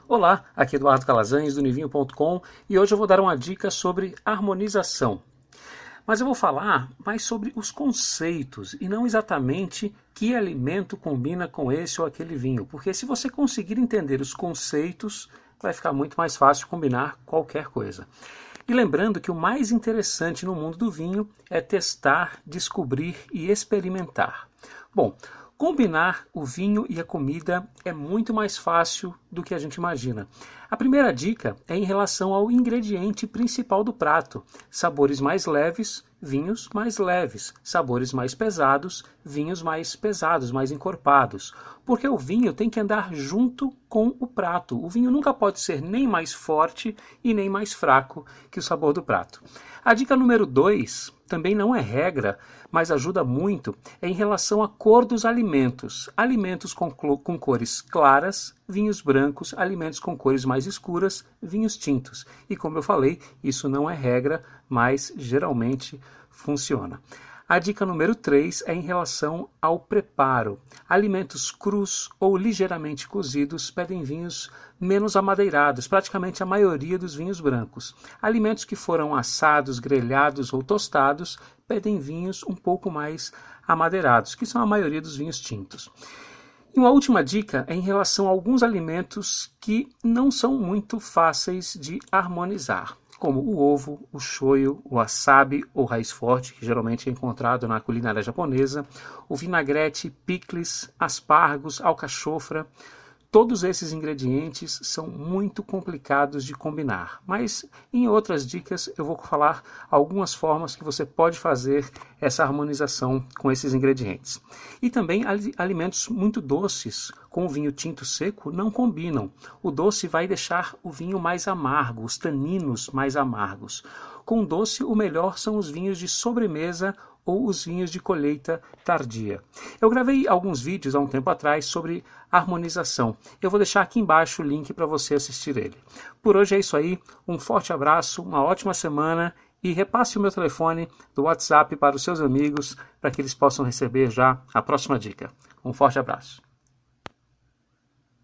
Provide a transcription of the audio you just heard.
Olá, aqui é Eduardo Calazans do Nivinho.com e hoje eu vou dar uma dica sobre harmonização. Mas eu vou falar mais sobre os conceitos e não exatamente que alimento combina com esse ou aquele vinho, porque se você conseguir entender os conceitos, vai ficar muito mais fácil combinar qualquer coisa. E lembrando que o mais interessante no mundo do vinho é testar, descobrir e experimentar. Bom, combinar o vinho e a comida é muito mais fácil do que a gente imagina. A primeira dica é em relação ao ingrediente principal do prato. Sabores mais leves, vinhos mais leves. Sabores mais pesados, vinhos mais pesados, mais encorpados. Porque o vinho tem que andar junto com o prato. O vinho nunca pode ser nem mais forte e nem mais fraco que o sabor do prato. A dica número 2, também não é regra, mas ajuda muito, é em relação à cor dos alimentos. Alimentos com cores claras, vinhos brancos, alimentos com cores mais escuras, vinhos tintos. E como eu falei, isso não é regra, mas geralmente funciona. A dica número 3 é em relação ao preparo. Alimentos crus ou ligeiramente cozidos pedem vinhos menos amadeirados, praticamente a maioria dos vinhos brancos. Alimentos que foram assados, grelhados ou tostados pedem vinhos um pouco mais amadeirados, que são a maioria dos vinhos tintos. E uma última dica é em relação a alguns alimentos que não são muito fáceis de harmonizar, como o ovo, o shoyu, o wasabi ou raiz forte, que geralmente é encontrado na culinária japonesa, o vinagrete, picles, aspargos, alcachofra. Todos esses ingredientes são muito complicados de combinar, mas em outras dicas eu vou falar algumas formas que você pode fazer essa harmonização com esses ingredientes. E também alimentos muito doces com o vinho tinto seco não combinam. O doce vai deixar o vinho mais amargo, os taninos mais amargos. Com doce, o melhor são os vinhos de sobremesa ou os vinhos de colheita tardia. Eu gravei alguns vídeos há um tempo atrás sobre harmonização. Eu vou deixar aqui embaixo o link para você assistir ele. Por hoje é isso aí, um forte abraço, uma ótima semana e repasse o meu telefone do WhatsApp para os seus amigos para que eles possam receber já a próxima dica. Um forte abraço.